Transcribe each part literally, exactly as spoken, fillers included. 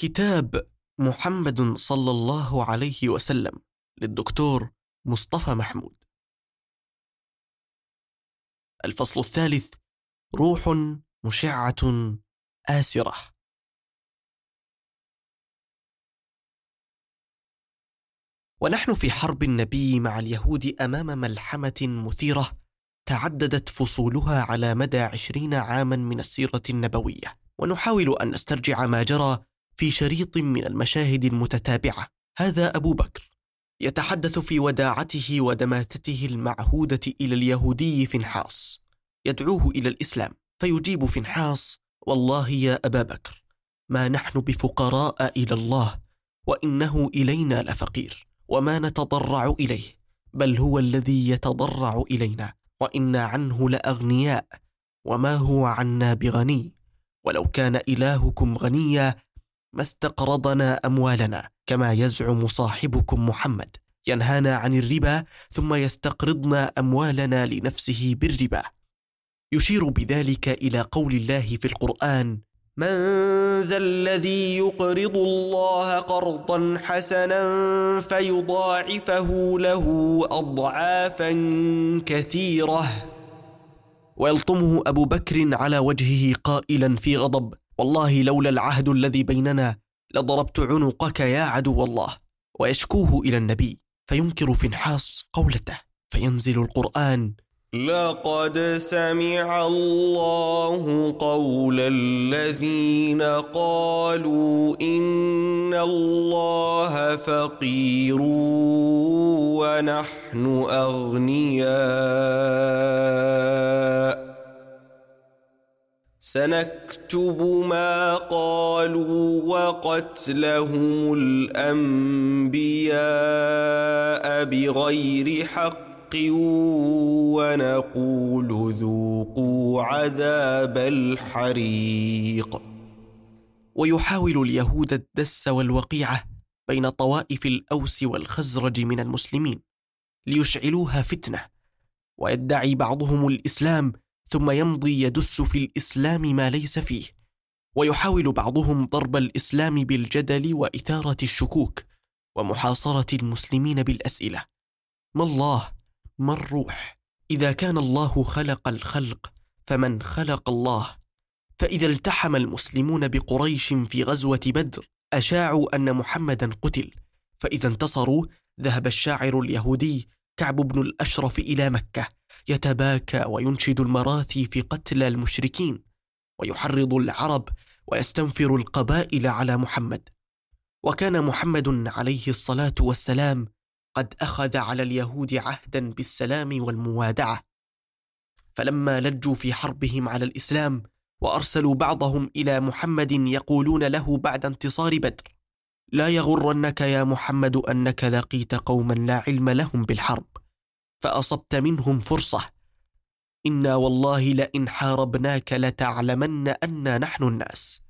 كتاب محمد صلى الله عليه وسلم للدكتور مصطفى محمود. الفصل الثالث: روح مشعة آسرة. ونحن في حرب النبي مع اليهود أمام ملحمة مثيرة تعددت فصولها على مدى عشرين عاما من السيرة النبوية، ونحاول أن نسترجع ما جرى في شريط من المشاهد المتتابعة. هذا أبو بكر يتحدث في وداعته ودماثته المعهودة إلى اليهودي فنحاس، يدعوه إلى الإسلام، فيجيب فنحاس: والله يا أبا بكر، ما نحن بفقراء إلى الله، وإنه إلينا لفقير، وما نتضرع إليه، بل هو الذي يتضرع إلينا، وإنا عنه لأغنياء، وما هو عنا بغني، ولو كان إلهكم غنيا ما استقرضنا أموالنا، كما يزعم صاحبكم محمد، ينهانا عن الربا ثم يستقرضنا أموالنا لنفسه بالربا. يشير بذلك إلى قول الله في القرآن: من ذا الذي يقرض الله قرضا حسنا فيضاعفه له أضعافا كثيرة. ويلطمه أبو بكر على وجهه قائلا في غضب: والله لولا العهد الذي بيننا لضربت عنقك يا عدو الله. ويشكوه إلى النبي، فينكر فنحاس قولته، فينزل القرآن: لقد سمع الله قول الذين قالوا إن الله فقير ونحن أغنياء، سنكتب ما قالوا وقتلهم الأنبياء بغير حق ونقول ذوقوا عذاب الحريق. ويحاول اليهود الدس والوقيعة بين طوائف الأوس والخزرج من المسلمين ليشعلوها فتنة، ويدعي بعضهم الإسلام ثم يمضي يدس في الإسلام ما ليس فيه، ويحاول بعضهم ضرب الإسلام بالجدل وإثارة الشكوك ومحاصرة المسلمين بالأسئلة: ما الله؟ ما الروح؟ إذا كان الله خلق الخلق فمن خلق الله؟ فإذا التحم المسلمون بقريش في غزوة بدر أشاعوا أن محمدا قتل، فإذا انتصروا ذهب الشاعر اليهودي كعب بن الأشرف إلى مكة يتباكى وينشد المراثي في قتل المشركين، ويحرض العرب ويستنفر القبائل على محمد. وكان محمد عليه الصلاة والسلام قد أخذ على اليهود عهدا بالسلام والموادعة، فلما لجوا في حربهم على الإسلام وأرسلوا بعضهم إلى محمد يقولون له بعد انتصار بدر: لا يغرنك يا محمد أنك لقيت قوما لا علم لهم بالحرب فأصبت منهم فرصة، إنا والله لئن حاربناك لتعلمن أننا نحن الناس.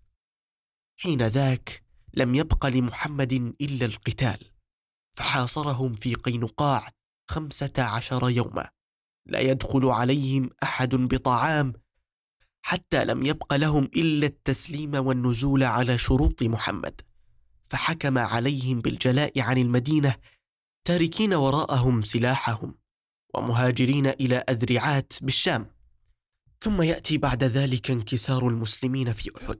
حين ذاك لم يبق لمحمد إلا القتال، فحاصرهم في قينقاع خمسة عشر يوما، لا يدخل عليهم أحد بطعام، حتى لم يبق لهم إلا التسليم والنزول على شروط محمد، فحكم عليهم بالجلاء عن المدينة، تاركين وراءهم سلاحهم ومهاجرين إلى أذرعات بالشام. ثم يأتي بعد ذلك انكسار المسلمين في أحد،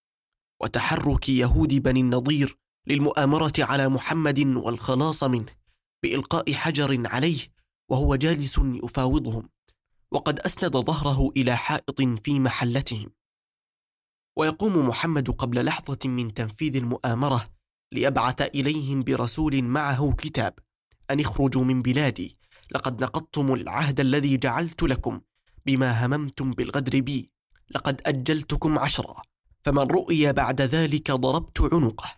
وتحرك يهود بني النضير للمؤامرة على محمد والخلاص منه بإلقاء حجر عليه وهو جالس يفاوضهم، وقد أسند ظهره إلى حائط في محلتهم. ويقوم محمد قبل لحظة من تنفيذ المؤامرة ليبعث إليهم برسول معه كتاب: أن اخرجوا من بلادي، لقد نقضتم العهد الذي جعلت لكم بما هممتم بالغدر بي، لقد أجلتكم عشرا، فمن رؤي بعد ذلك ضربت عنقه.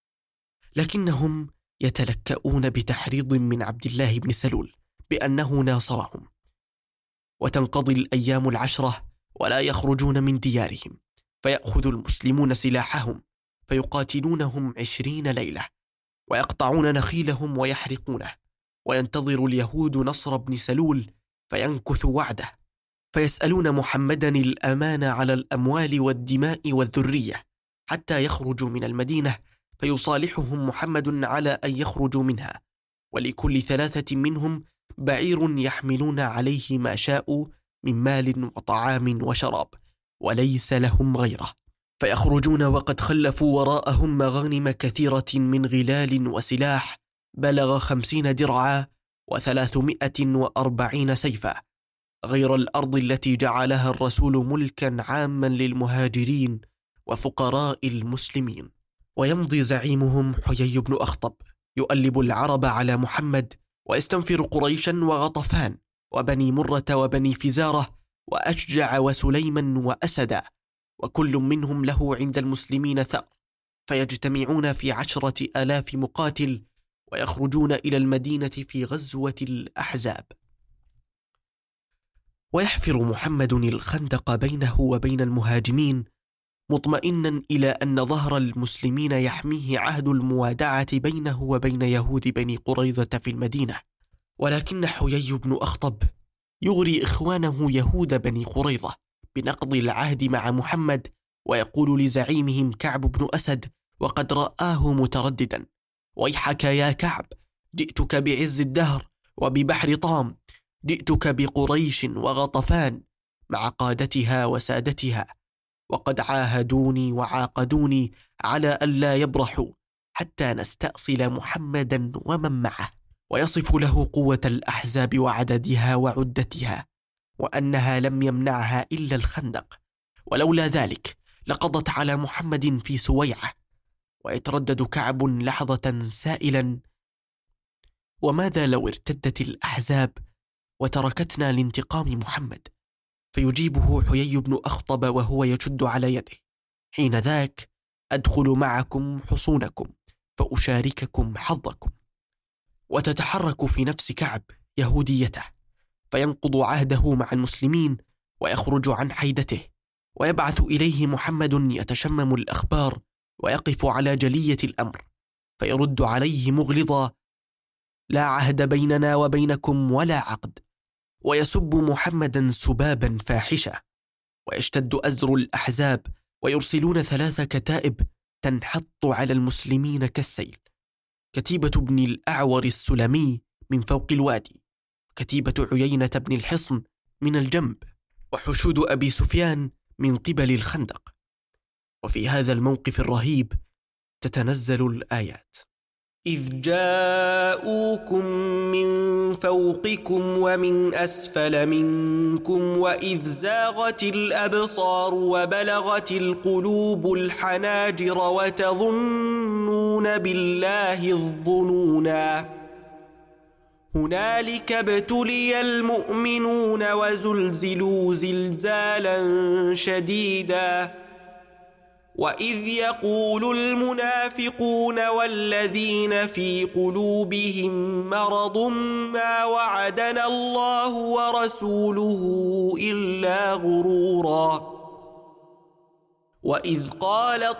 لكنهم يتلكؤون بتحريض من عبد الله بن سلول بأنه ناصرهم، وتنقضي الأيام العشرة ولا يخرجون من ديارهم، فيأخذ المسلمون سلاحهم فيقاتلونهم عشرين ليلة، ويقطعون نخيلهم ويحرقونه، وينتظر اليهود نصر بن سلول فينكث وعده، فيسألون محمدا الأمان على الأموال والدماء والذرية، حتى يخرجوا من المدينة، فيصالحهم محمد على أن يخرجوا منها، ولكل ثلاثة منهم بعير يحملون عليه ما شاءوا من مال وطعام وشراب، وليس لهم غيره. فيخرجون وقد خلفوا وراءهم مغانم كثيرة من غلال وسلاح بلغ خمسين درعا وثلاثمائة وأربعين سيفا، غير الأرض التي جعلها الرسول ملكا عاما للمهاجرين وفقراء المسلمين. ويمضي زعيمهم حيي بن أخطب يؤلب العرب على محمد، ويستنفر قريشا وغطفان وبني مرة وبني فزارة وأشجع وسليما وأسدا، وكل منهم له عند المسلمين ثأر، فيجتمعون في عشرة آلاف مقاتل ويخرجون إلى المدينة في غزوة الأحزاب. ويحفر محمد الخندق بينه وبين المهاجمين، مطمئنا إلى أن ظهر المسلمين يحميه عهد الموادعة بينه وبين يهود بني قريظة في المدينة. ولكن حيي بن أخطب يغري إخوانه يهود بني قريظة بنقض العهد مع محمد، ويقول لزعيمهم كعب بن أسد وقد رآه مترددا: ويحك يا كعب، جئتك بعز الدهر وببحر طام، جئتك بقريش وغطفان مع قادتها وسادتها، وقد عاهدوني وعاقدوني على ألا يبرحوا حتى نستأصل محمدا ومن معه. ويصف له قوة الأحزاب وعددها وعدتها، وأنها لم يمنعها إلا الخندق، ولولا ذلك لقضت على محمد في سويعة. ويتردد كعب لحظة سائلا: وماذا لو ارتدت الأحزاب وتركتنا لانتقام محمد؟ فيجيبه حيي بن أخطب وهو يشد على يده: حين ذاك أدخل معكم حصونكم فأشارككم حظكم. وتتحرك في نفس كعب يهوديته، فينقض عهده مع المسلمين ويخرج عن حيدته، ويبعث إليه محمد يتشمم الأخبار ويقف على جلية الأمر، فيرد عليه مغلظا: لا عهد بيننا وبينكم ولا عقد. ويسب محمدا سبابا فاحشا، ويشتد أزر الأحزاب، ويرسلون ثلاث كتائب تنحط على المسلمين كالسيل: كتيبة بن الأعور السلمي من فوق الوادي، كتيبة عيينة بن الحصن من الجنب، وحشود أبي سفيان من قبل الخندق. وفي هذا الموقف الرهيب تتنزل الآيات: إذ جاءوكم من فوقكم ومن أسفل منكم وإذ زاغت الأبصار وبلغت القلوب الحناجر وتظنون بالله الظنونا هنالك ابتلي المؤمنون وزلزلوا زلزالا شديدا وإذ يقول المنافقون والذين في قلوبهم مرض ما وعدنا الله ورسوله إلا غرورا وإذ قالت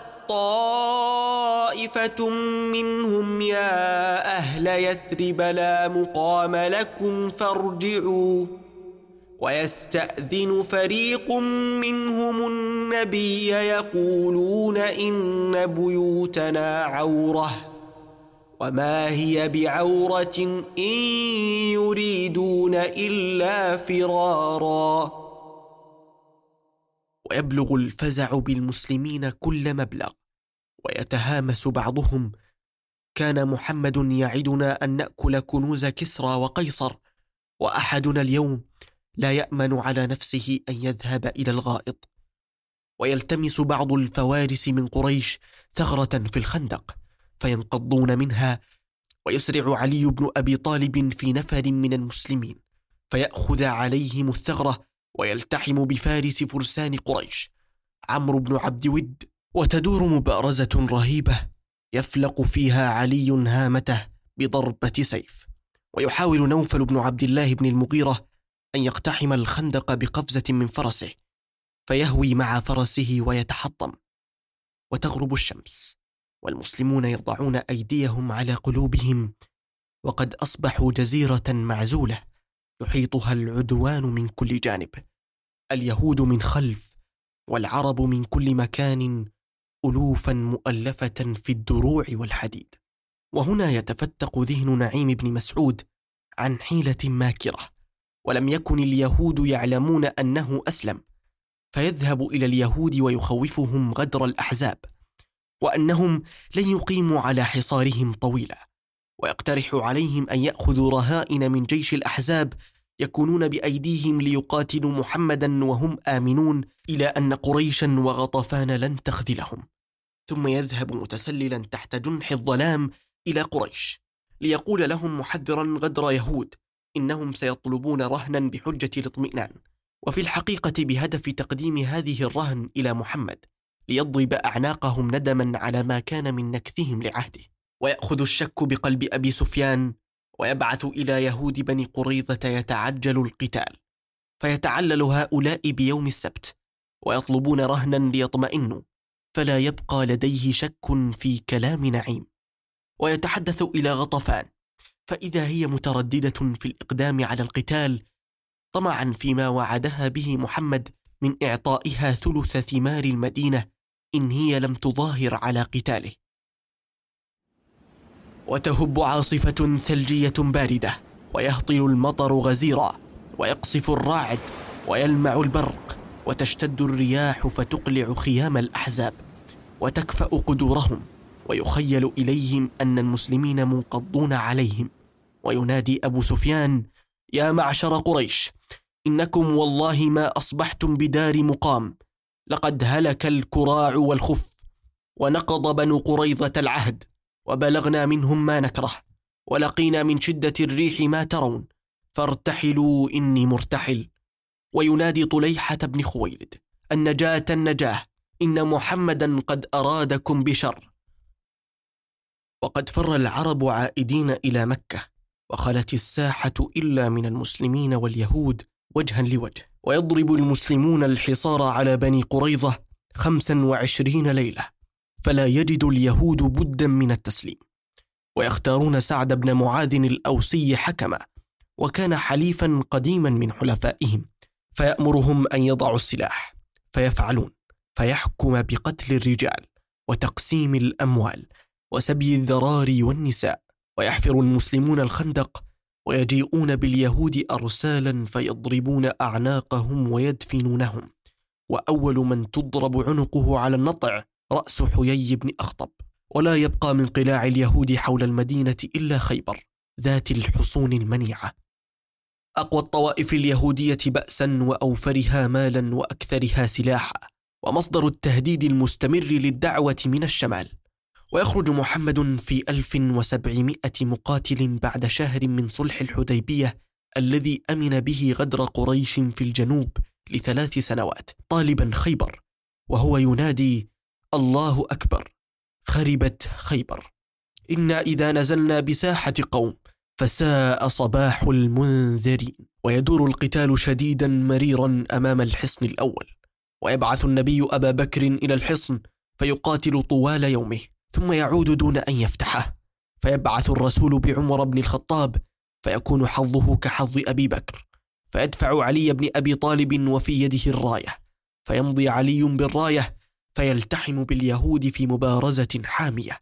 طائفة منهم يا أهل يثرب لا مقام لكم فارجعوا ويستأذن فريق منهم النبي يقولون إن بيوتنا عورة وما هي بعورة إن يريدون إلا فرارا. ويبلغ الفزع بالمسلمين كل مبلغ، ويتهامس بعضهم: كان محمد يعدنا أن نأكل كنوز كسرى وقيصر، وأحدنا اليوم لا يأمن على نفسه أن يذهب إلى الغائط. ويلتمس بعض الفوارس من قريش ثغرة في الخندق فينقضون منها، ويسرع علي بن أبي طالب في نفر من المسلمين فيأخذ عليهم الثغرة ويلتحم بفارس فرسان قريش عمرو بن عبد ود، وتدور مبارزة رهيبة يفلق فيها علي هامته بضربة سيف. ويحاول نوفل بن عبد الله بن المغيرة أن يقتحم الخندق بقفزة من فرسه، فيهوي مع فرسه ويتحطم. وتغرب الشمس والمسلمون يضعون أيديهم على قلوبهم، وقد أصبحوا جزيرة معزولة يحيطها العدوان من كل جانب، اليهود من خلف والعرب من كل مكان ألوفا مؤلفة في الدروع والحديد. وهنا يتفتق ذهن نعيم بن مسعود عن حيلة ماكرة، ولم يكن اليهود يعلمون أنه أسلم، فيذهب إلى اليهود ويخوفهم غدر الأحزاب، وأنهم لن يقيموا على حصارهم طويلا، ويقترح عليهم أن يأخذوا رهائن من جيش الأحزاب يكونون بأيديهم ليقاتلوا محمدا وهم آمنون إلى أن قريشا وغطفان لن تخذلهم، ثم يذهب متسللا تحت جنح الظلام إلى قريش ليقول لهم محذرا غدر يهود إنهم سيطلبون رهنا بحجة الاطمئنان، وفي الحقيقة بهدف تقديم هذه الرهن إلى محمد ليضرب أعناقهم ندما على ما كان من نكثهم لعهده. ويأخذ الشك بقلب أبي سفيان ويبعث إلى يهود بني قريظة يتعجل القتال، فيتعلل هؤلاء بيوم السبت ويطلبون رهنا ليطمئنوا، فلا يبقى لديه شك في كلام نعيم. ويتحدث إلى غطفان، فإذا هي مترددة في الإقدام على القتال طمعا فيما وعدها به محمد من إعطائها ثلث ثمار المدينة إن هي لم تظاهر على قتاله. وتهب عاصفة ثلجية باردة، ويهطل المطر غزيرا، ويقصف الرعد، ويلمع البرق، وتشتد الرياح فتقلع خيام الأحزاب وتكفأ قدورهم، ويخيل إليهم أن المسلمين منقضون عليهم. وينادي أبو سفيان: يا معشر قريش، إنكم والله ما أصبحتم بدار مقام، لقد هلك الكراع والخف، ونقض بنو قريظة العهد، وبلغنا منهم ما نكره، ولقينا من شدة الريح ما ترون، فارتحلوا إني مرتحل. وينادي طليحة بن خويلد: النجاة النجاة، إن محمدا قد أرادكم بشر. وقد فر العرب عائدين إلى مكة، وخلت الساحة إلا من المسلمين واليهود وجها لوجه، ويضرب المسلمون الحصار على بني قريظة خمسا وعشرين ليلة، فلا يجد اليهود بدا من التسليم، ويختارون سعد بن معاذ الأوسي حكما، وكان حليفا قديما من حلفائهم، فيأمرهم أن يضعوا السلاح، فيفعلون، فيحكم بقتل الرجال وتقسيم الأموال وسبي الذراري والنساء. ويحفر المسلمون الخندق، ويجيئون باليهود أرسالا فيضربون أعناقهم ويدفنونهم، وأول من تضرب عنقه على النطع رأس حيي بن أخطب. ولا يبقى من قلاع اليهود حول المدينة إلا خيبر ذات الحصون المنيعة، أقوى الطوائف اليهودية بأسا وأوفرها مالا وأكثرها سلاحا، ومصدر التهديد المستمر للدعوة من الشمال. ويخرج محمد في ألف وسبعمائة مقاتل بعد شهر من صلح الحديبية الذي أمن به غدر قريش في الجنوب لثلاث سنوات، طالبا خيبر، وهو ينادي: الله أكبر، خربت خيبر، إنا إذا نزلنا بساحة قوم فساء صباح المنذرين. ويدور القتال شديدا مريرا أمام الحصن الأول، ويبعث النبي أبا بكر إلى الحصن فيقاتل طوال يومه، ثم يعود دون أن يفتحه، فيبعث الرسول بعمر بن الخطاب فيكون حظه كحظ أبي بكر، فيدفع علي بن أبي طالب وفي يده الراية، فيمضي علي بالراية فيلتحم باليهود في مبارزة حامية،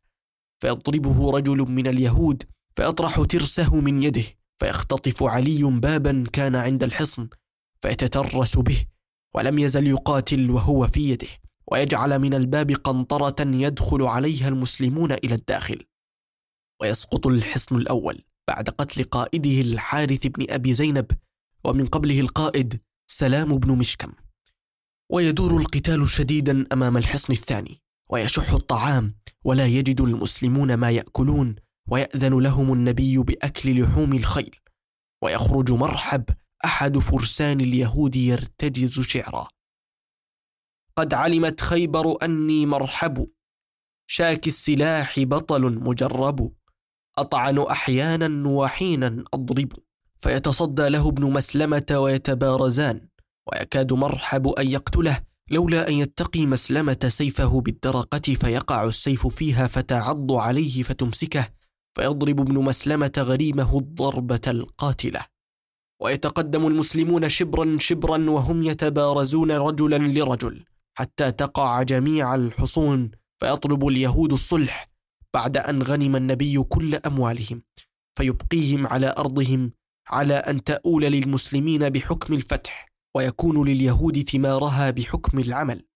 فيضربه رجل من اليهود فيطرح ترسه من يده، فيختطف علي بابا كان عند الحصن فيتترس به، ولم يزل يقاتل وهو في يده، ويجعل من الباب قنطرة يدخل عليها المسلمون إلى الداخل. ويسقط الحصن الأول بعد قتل قائده الحارث بن أبي زينب، ومن قبله القائد سلام بن مشكم. ويدور القتال شديدا أمام الحصن الثاني، ويشح الطعام ولا يجد المسلمون ما يأكلون، ويأذن لهم النبي بأكل لحوم الخيل. ويخرج مرحب أحد فرسان اليهود يرتجز شعرا: قد علمت خيبر أني مرحب، شاك السلاح بطل مجرب، أطعن أحيانا وحينا أضرب. فيتصدى له ابن مسلمة ويتبارزان، ويكاد مرحب أن يقتله لولا أن يتقي مسلمة سيفه بالدرقة فيقع السيف فيها فتعض عليه فتمسكه، فيضرب ابن مسلمة غريمه الضربة القاتلة. ويتقدم المسلمون شبرا شبرا وهم يتبارزون رجلا لرجل، حتى تقع جميع الحصون فيطلب اليهود الصلح بعد أن غنم النبي كل أموالهم، فيبقيهم على أرضهم على أن تؤول للمسلمين بحكم الفتح، ويكون لليهود ثمارها بحكم العمل.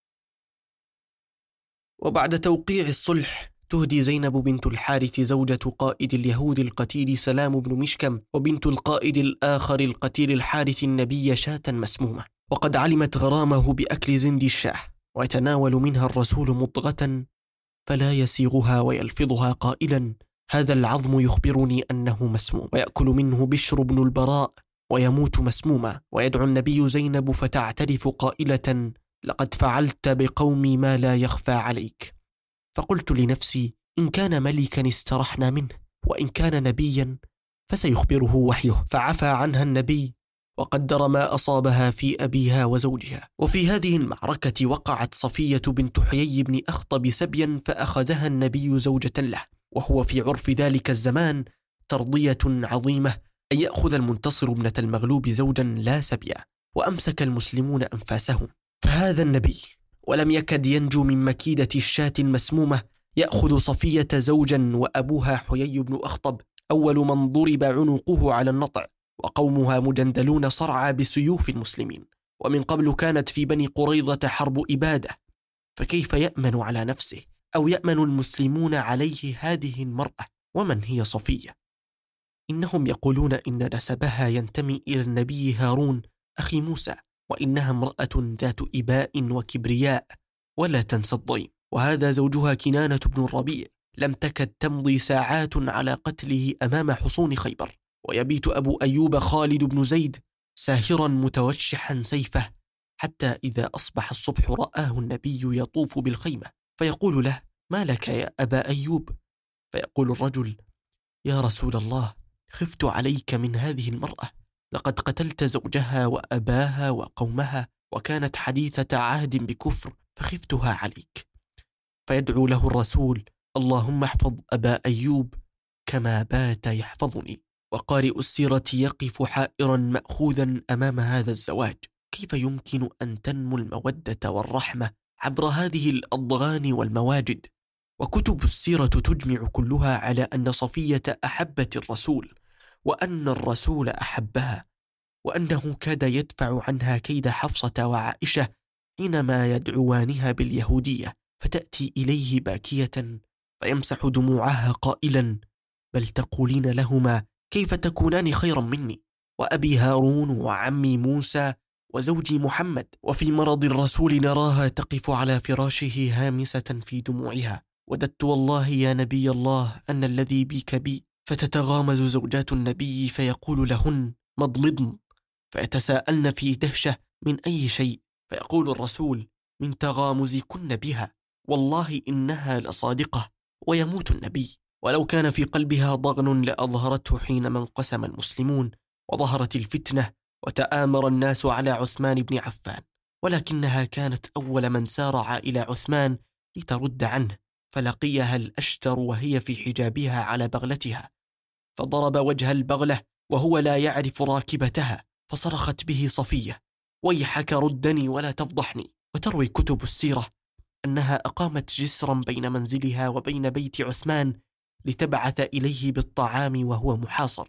وبعد توقيع الصلح تهدي زينب بنت الحارث زوجة قائد اليهود القتيل سلام بن مشكم وبنت القائد الآخر القتيل الحارث النبي شاة مسمومة، وقد علمت غرامه بأكل زند الشاه، ويتناول منها الرسول مضغة فلا يسيغها ويلفظها قائلا: هذا العظم يخبرني أنه مسموم. ويأكل منه بشر بن البراء ويموت مسموما، ويدعو النبي زينب فتعترف قائلة: لقد فعلت بقومي ما لا يخفى عليك. فقلت لنفسي: إن كان ملكا استرحنا منه، وإن كان نبيا فسيخبره وحيه. فعفى عنها النبي وقدر ما أصابها في أبيها وزوجها. وفي هذه المعركة وقعت صفية بنت حيي بن أخطب سبيا، فأخذها النبي زوجة له، وهو في عرف ذلك الزمان ترضية عظيمة أن يأخذ المنتصر ابنة المغلوب زوجا لا سبيا. وأمسك المسلمون أنفاسهم. فهذا النبي ولم يكد ينجو من مكيدة الشاة المسمومة يأخذ صفية زوجا، وأبوها حيي بن أخطب أول من ضرب عنقه على النطع، وقومها مجندلون صرعى بسيوف المسلمين. ومن قبل كانت في بني قريظة حرب إبادة، فكيف يأمن على نفسه أو يأمن المسلمون عليه هذه المرأة؟ ومن هي صفية؟ إنهم يقولون إن نسبها ينتمي إلى النبي هارون أخي موسى، وإنها امرأة ذات إباء وكبرياء ولا تنسى الضيم. وهذا زوجها كنانة بن الربيع لم تكد تمضي ساعات على قتله أمام حصون خيبر. ويبيت أبو أيوب خالد بن زيد ساهرا متوشحا سيفه، حتى إذا أصبح الصبح رآه النبي يطوف بالخيمة، فيقول له: ما لك يا أبا أيوب؟ فيقول الرجل: يا رسول الله، خفت عليك من هذه المرأة، لقد قتلت زوجها وأباها وقومها، وكانت حديثة عهد بكفر، فخفتها عليك. فيدعو له الرسول: اللهم احفظ أبا أيوب كما بات يحفظني. وقارئ السيرة يقف حائرا مأخوذا أمام هذا الزواج. كيف يمكن أن تنمو المودة والرحمة عبر هذه الأضغان والمواجد؟ وكتب السيرة تجمع كلها على أن صفية أحبت الرسول، وأن الرسول أحبها، وأنه كاد يدفع عنها كيد حفصة وعائشة حينما يدعوانها باليهودية، فتأتي إليه باكية فيمسح دموعها قائلا: بل تقولين لهما كيف تكونان خيرا مني، وأبي هارون وعمي موسى وزوجي محمد. وفي مرض الرسول نراها تقف على فراشه هامسة في دموعها: وددت والله يا نبي الله أن الذي بيك بي. فتتغامز زوجات النبي فيقول لهن: مضمضن، فيتساءلن في دهشة من أي شيء، فيقول الرسول: من تغامزكن بها، والله إنها لصادقة. ويموت النبي، ولو كان في قلبها ضغن لأظهرته حينما انقسم المسلمون وظهرت الفتنة وتآمر الناس على عثمان بن عفان، ولكنها كانت أول من سارع إلى عثمان لترد عنه، فلقيها الأشتر وهي في حجابها على بغلتها، فضرب وجه البغلة وهو لا يعرف راكبتها، فصرخت به صفية: ويحك ردني ولا تفضحني. وتروي كتب السيرة أنها أقامت جسرا بين منزلها وبين بيت عثمان لتبعث إليه بالطعام وهو محاصر.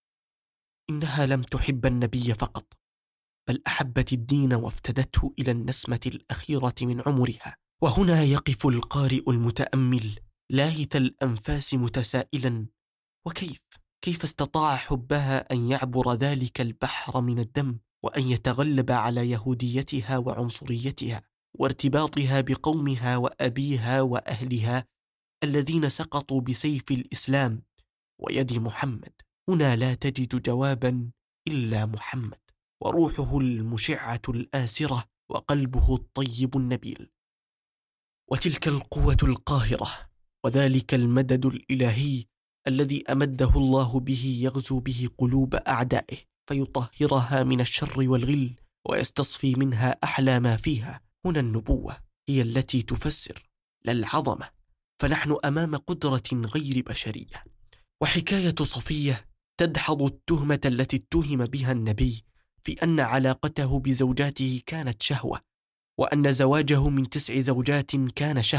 إنها لم تحب النبي فقط، بل أحبت الدين وافتدته إلى النسمة الأخيرة من عمرها. وهنا يقف القارئ المتأمل لاهث الأنفاس متسائلا: وكيف كيف استطاع حبها أن يعبر ذلك البحر من الدم، وأن يتغلب على يهوديتها وعنصريتها وارتباطها بقومها وأبيها وأهلها الذين سقطوا بسيف الإسلام ويد محمد؟ هنا لا تجد جوابا إلا محمد، وروحه المشعة الآسرة، وقلبه الطيب النبيل، وتلك القوة القاهرة، وذلك المدد الإلهي الذي أمده الله به يغزو به قلوب أعدائه فيطهرها من الشر والغل ويستصفي منها أحلى ما فيها. هنا النبوة هي التي تفسر لا العظمة، فنحن أمام قدرة غير بشرية. وحكاية صفية تدحض التهمة التي اتهم بها النبي في أن علاقته بزوجاته كانت شهوة، وأن زواجه من تسع زوجات كان شهوة،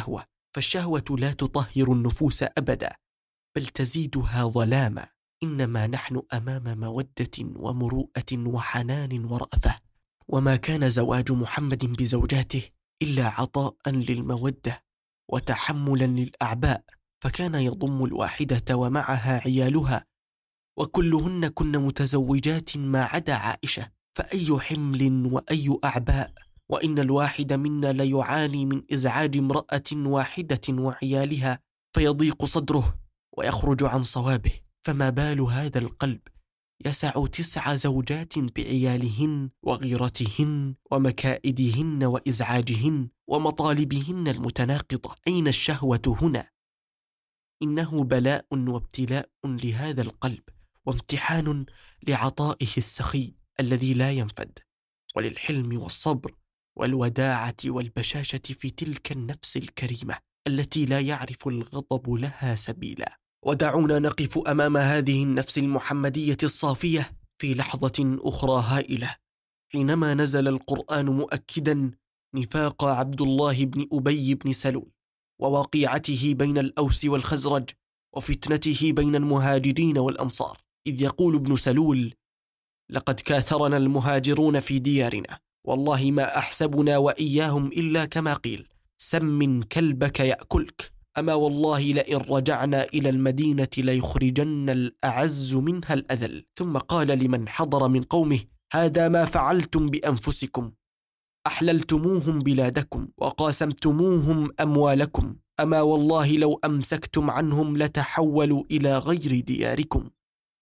فالشهوة لا تطهر النفوس أبدا، بل تزيدها ظلاما. إنما نحن أمام مودة ومروءة وحنان ورأفة، وما كان زواج محمد بزوجاته إلا عطاء للمودة وتحملا للأعباء، فكان يضم الواحدة ومعها عيالها، وكلهن كن متزوجات ما عدا عائشة، فأي حمل وأي أعباء، وإن الواحد منا ليعاني من إزعاج امرأة واحدة وعيالها فيضيق صدره ويخرج عن صوابه، فما بال هذا القلب يسع تسع زوجات بعيالهن وغيرتهن ومكائدهن وإزعاجهن ومطالبهن المتناقضة؟ أين الشهوة هنا؟ إنه بلاء وابتلاء لهذا القلب، وامتحان لعطائه السخي الذي لا ينفد، وللحلم والصبر والوداعة والبشاشة في تلك النفس الكريمة التي لا يعرف الغضب لها سبيلا. ودعونا نقف أمام هذه النفس المحمدية الصافية في لحظة أخرى هائلة، حينما نزل القرآن مؤكدا نفاق عبد الله بن أبي بن سلول، وواقعته بين الأوس والخزرج، وفتنته بين المهاجرين والأنصار، إذ يقول ابن سلول: لقد كاثرنا المهاجرون في ديارنا، والله ما أحسبنا وإياهم إلا كما قيل، سمن كلبك يأكلك، أما والله لئن رجعنا إلى المدينة ليخرجن الأعز منها الأذل. ثم قال لمن حضر من قومه: هذا ما فعلتم بأنفسكم، أحللتموهم بلادكم وقاسمتموهم أموالكم، أما والله لو أمسكتم عنهم لتحولوا إلى غير دياركم.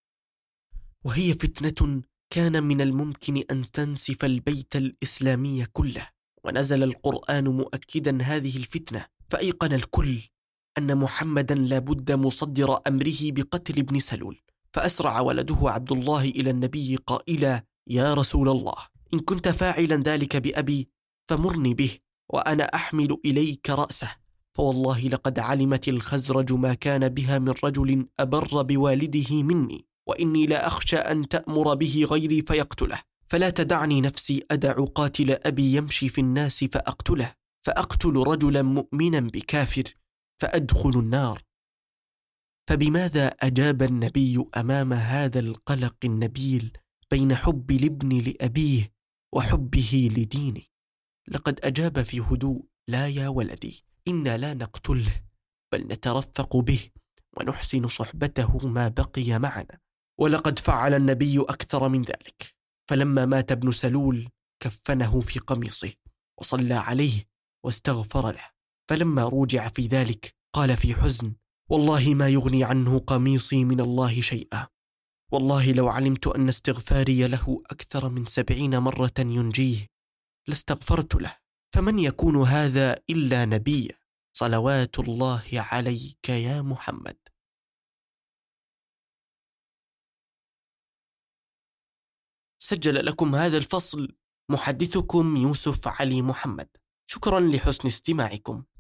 وهي فتنة كان من الممكن أن تنسف البيت الإسلامي كله، ونزل القرآن مؤكدا هذه الفتنة، فأيقن الكل أن محمدا لابد مصدر أمره بقتل ابن سلول، فأسرع ولده عبد الله إلى النبي قائلا: يا رسول الله، إن كنت فاعلا ذلك بأبي فمرني به وأنا أحمل إليك رأسه، فوالله لقد علمت الخزرج ما كان بها من رجل أبر بوالده مني، وإني لا أخشى أن تأمر به غيري فيقتله، فلا تدعني نفسي أدع قاتل أبي يمشي في الناس فأقتله، فأقتل رجلا مؤمنا بكافر فأدخل النار. فبماذا أجاب النبي أمام هذا القلق النبيل بين حب الابن لأبيه وحبه لدينه؟ لقد أجاب في هدوء: لا يا ولدي، إنا لا نقتله، بل نترفق به ونحسن صحبته ما بقي معنا. ولقد فعل النبي أكثر من ذلك، فلما مات ابن سلول كفنه في قميصه وصلى عليه واستغفر له، فلما روجع في ذلك قال في حزن: والله ما يغني عنه قميصي من الله شيئا، والله لو علمت أن استغفاري له أكثر من سبعين مرة ينجيه لاستغفرت له، فمن يكون هذا إلا نبي، صلوات الله عليك يا محمد. سجل لكم هذا الفصل محدثكم يوسف علي محمد. شكرا لحسن استماعكم.